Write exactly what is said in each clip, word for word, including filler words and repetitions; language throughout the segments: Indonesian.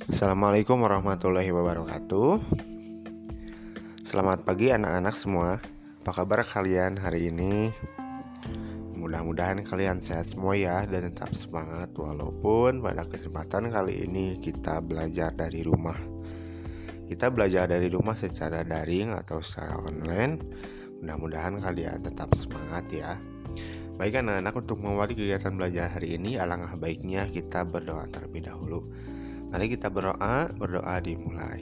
Assalamualaikum warahmatullahi wabarakatuh. Selamat pagi anak-anak semua. Apa kabar kalian hari ini? Mudah-mudahan kalian sehat semua ya dan tetap semangat walaupun pada kesempatan kali ini kita belajar dari rumah. Kita belajar dari rumah secara daring atau secara online. Mudah-mudahan kalian tetap semangat ya. Baik anak-anak, untuk mengawali kegiatan belajar hari ini, alangkah baiknya kita berdoa terlebih dahulu. Mari kita berdoa, berdoa dimulai.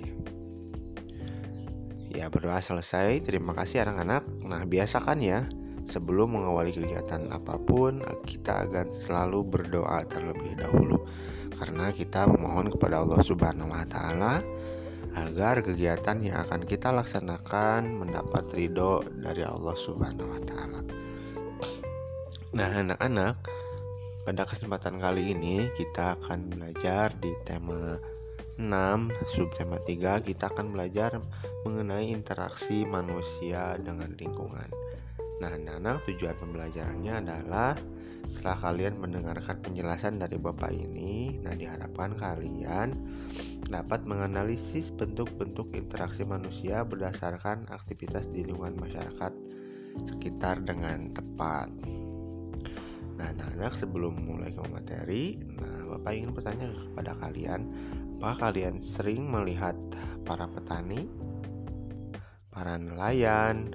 Ya, berdoa selesai. Terima kasih anak-anak. Nah, biasakan ya, sebelum mengawali kegiatan apapun, kita akan selalu berdoa terlebih dahulu. Karena kita memohon kepada Allah Subhanahu wa taala agar kegiatan yang akan kita laksanakan mendapat ridho dari Allah Subhanahu wa taala. Nah, anak-anak, pada kesempatan kali ini kita akan belajar di tema enam, subtema tiga. Kita akan belajar mengenai interaksi manusia dengan lingkungan. Nah, anak-anak, tujuan pembelajarannya adalah setelah kalian mendengarkan penjelasan dari Bapak ini, nah diharapkan kalian dapat menganalisis bentuk-bentuk interaksi manusia berdasarkan aktivitas di lingkungan masyarakat sekitar dengan tepat. Nah, anak-anak, sebelum mulai ke materi, nah Bapak ingin bertanya kepada kalian, apakah kalian sering melihat para petani, para nelayan,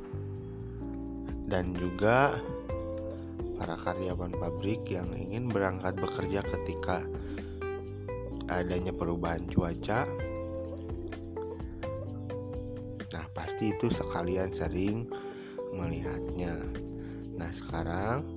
dan juga para karyawan pabrik yang ingin berangkat bekerja ketika adanya perubahan cuaca? Nah, pasti itu sekalian sering melihatnya. Nah, sekarang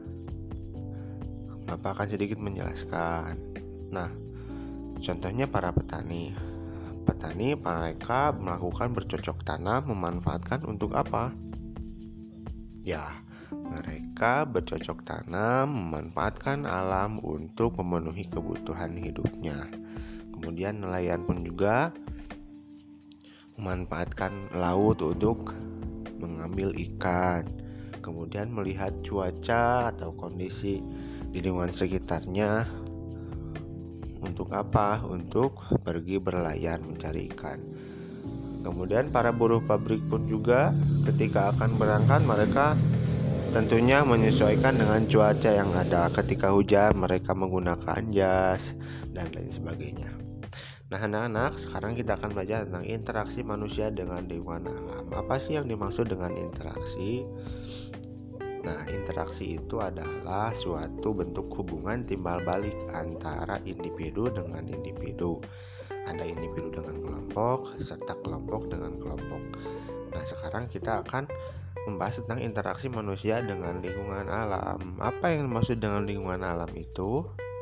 Bapak akan sedikit menjelaskan. Nah, contohnya para petani. Petani mereka melakukan bercocok tanam, memanfaatkan untuk apa? Ya, mereka bercocok tanam, memanfaatkan alam untuk memenuhi kebutuhan hidupnya. Kemudian nelayan pun juga memanfaatkan laut untuk mengambil ikan. Kemudian melihat cuaca atau kondisi di lingkungan sekitarnya untuk apa? Untuk pergi berlayar mencari ikan. Kemudian para buruh pabrik pun juga ketika akan berangkat, mereka tentunya menyesuaikan dengan cuaca yang ada. Ketika hujan, mereka menggunakan jas dan lain sebagainya. Nah, anak-anak, sekarang kita akan belajar tentang interaksi manusia dengan lingkungan alam. Apa sih yang dimaksud dengan interaksi? Nah, interaksi itu adalah suatu bentuk hubungan timbal balik antara individu dengan individu. Ada individu dengan kelompok, serta kelompok dengan kelompok. Nah, sekarang kita akan membahas tentang interaksi manusia dengan lingkungan alam. Apa yang dimaksud dengan lingkungan alam itu?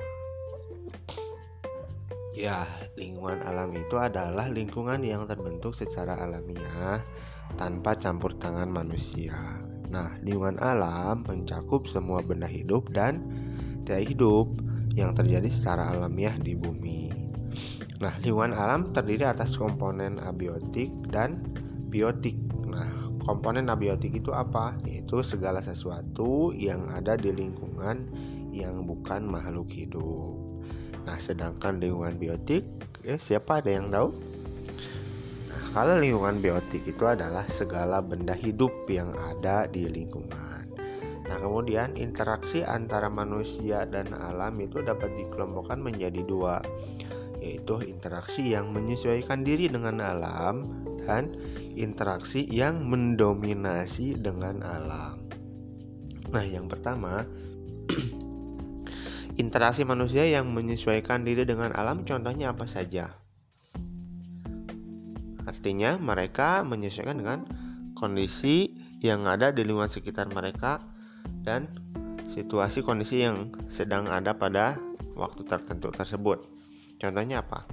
Ya, lingkungan alam itu adalah lingkungan yang terbentuk secara alamiah tanpa campur tangan manusia. Nah, lingkungan alam mencakup semua benda hidup dan tidak hidup yang terjadi secara alamiah di bumi. Nah, lingkungan alam terdiri atas komponen abiotik dan biotik. Nah, komponen abiotik itu apa? Yaitu segala sesuatu yang ada di lingkungan yang bukan makhluk hidup. Nah, sedangkan lingkungan biotik, eh, siapa ada yang tahu? Kalau lingkungan biotik itu adalah segala benda hidup yang ada di lingkungan. Nah, kemudian interaksi antara manusia dan alam itu dapat dikelompokkan menjadi dua, yaitu interaksi yang menyesuaikan diri dengan alam dan interaksi yang mendominasi dengan alam. Nah, yang pertama, interaksi manusia yang menyesuaikan diri dengan alam, contohnya apa saja? Artinya mereka menyesuaikan dengan kondisi yang ada di lingkungan sekitar mereka dan situasi kondisi yang sedang ada pada waktu tertentu tersebut. Contohnya apa?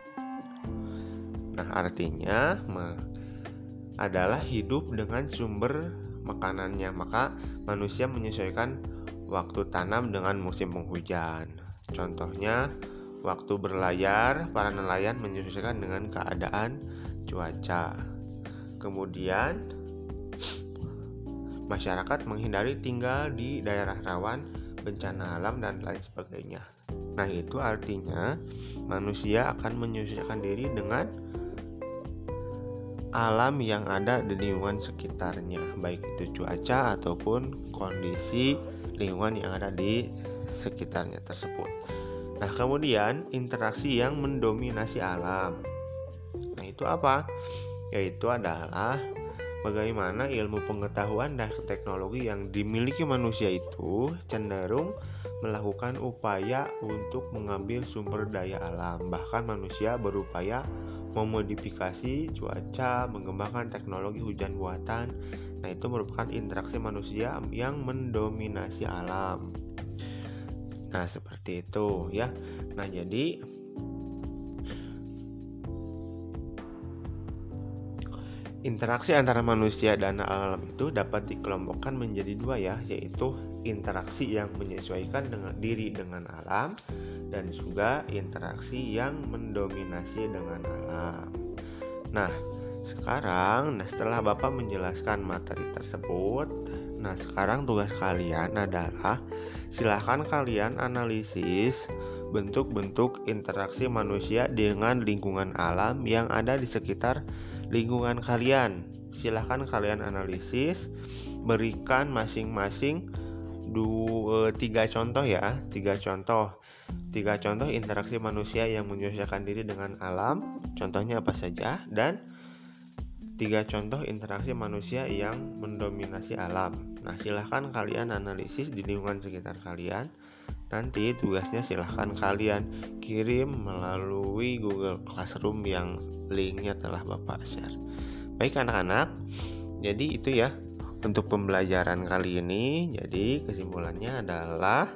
Nah, artinya adalah hidup dengan sumber makanannya. Maka manusia menyesuaikan waktu tanam dengan musim penghujan. Contohnya, waktu berlayar, para nelayan menyesuaikan dengan keadaan cuaca. Kemudian masyarakat menghindari tinggal di daerah rawan bencana alam, dan lain sebagainya. Nah, itu artinya manusia akan menyesuaikan diri dengan alam yang ada di lingkungan sekitarnya, baik itu cuaca ataupun kondisi lingkungan yang ada di sekitarnya tersebut. Nah, kemudian interaksi yang mendominasi alam. Nah, itu apa? Yaitu adalah bagaimana ilmu pengetahuan dan teknologi yang dimiliki manusia itu cenderung melakukan upaya untuk mengambil sumber daya alam. Bahkan manusia berupaya memodifikasi cuaca, mengembangkan teknologi hujan buatan. Nah, itu merupakan interaksi manusia yang mendominasi alam. Nah, seperti itu ya. Nah, jadi interaksi antara manusia dan alam itu dapat dikelompokkan menjadi dua ya, yaitu interaksi yang menyesuaikan dengan diri dengan alam dan juga interaksi yang mendominasi dengan alam. Nah, sekarang nah setelah Bapak menjelaskan materi tersebut, nah sekarang tugas kalian adalah silahkan kalian analisis bentuk-bentuk interaksi manusia dengan lingkungan alam yang ada di sekitar lingkungan kalian. Silahkan kalian analisis, berikan masing-masing dua, tiga contoh ya, tiga contoh, tiga contoh interaksi manusia yang menyesuaikan diri dengan alam. Contohnya apa saja? Dan tiga contoh interaksi manusia yang mendominasi alam. Nah, silahkan kalian analisis di lingkungan sekitar kalian. Nanti tugasnya silahkan kalian kirim melalui Google Classroom yang linknya telah Bapak share. Baik anak-anak, jadi itu ya untuk pembelajaran kali ini. Jadi kesimpulannya adalah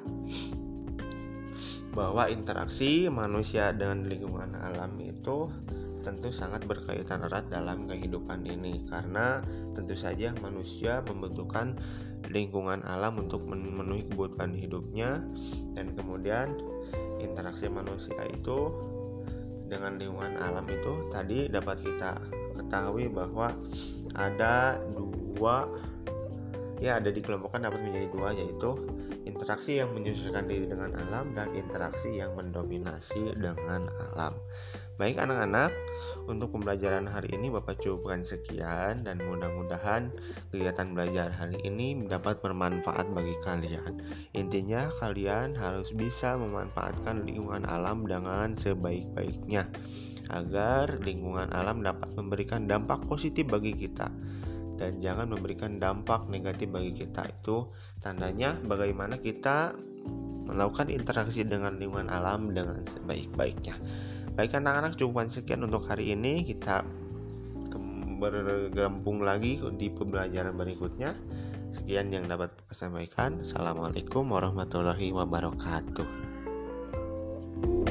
bahwa interaksi manusia dengan lingkungan alam itu tentu sangat berkaitan erat dalam kehidupan ini, karena tentu saja manusia membutuhkan lingkungan alam untuk memenuhi kebutuhan hidupnya, dan kemudian interaksi manusia itu dengan lingkungan alam itu tadi dapat kita ketahui bahwa ada dua ya ada dikelompokkan dapat menjadi dua, yaitu interaksi yang menyesuaikan diri dengan alam dan interaksi yang mendominasi dengan alam. Baik anak-anak, untuk pembelajaran hari ini Bapak cukupkan sekian, dan mudah-mudahan kegiatan belajar hari ini dapat bermanfaat bagi kalian. Intinya kalian harus bisa memanfaatkan lingkungan alam dengan sebaik-baiknya agar lingkungan alam dapat memberikan dampak positif bagi kita dan jangan memberikan dampak negatif bagi kita. Itu tandanya bagaimana kita melakukan interaksi dengan lingkungan alam dengan sebaik-baiknya. Baik anak-anak, cukupkan sekian untuk hari ini. Kita bergabung lagi di pembelajaran berikutnya. Sekian yang dapat saya sampaikan. Assalamualaikum warahmatullahi wabarakatuh.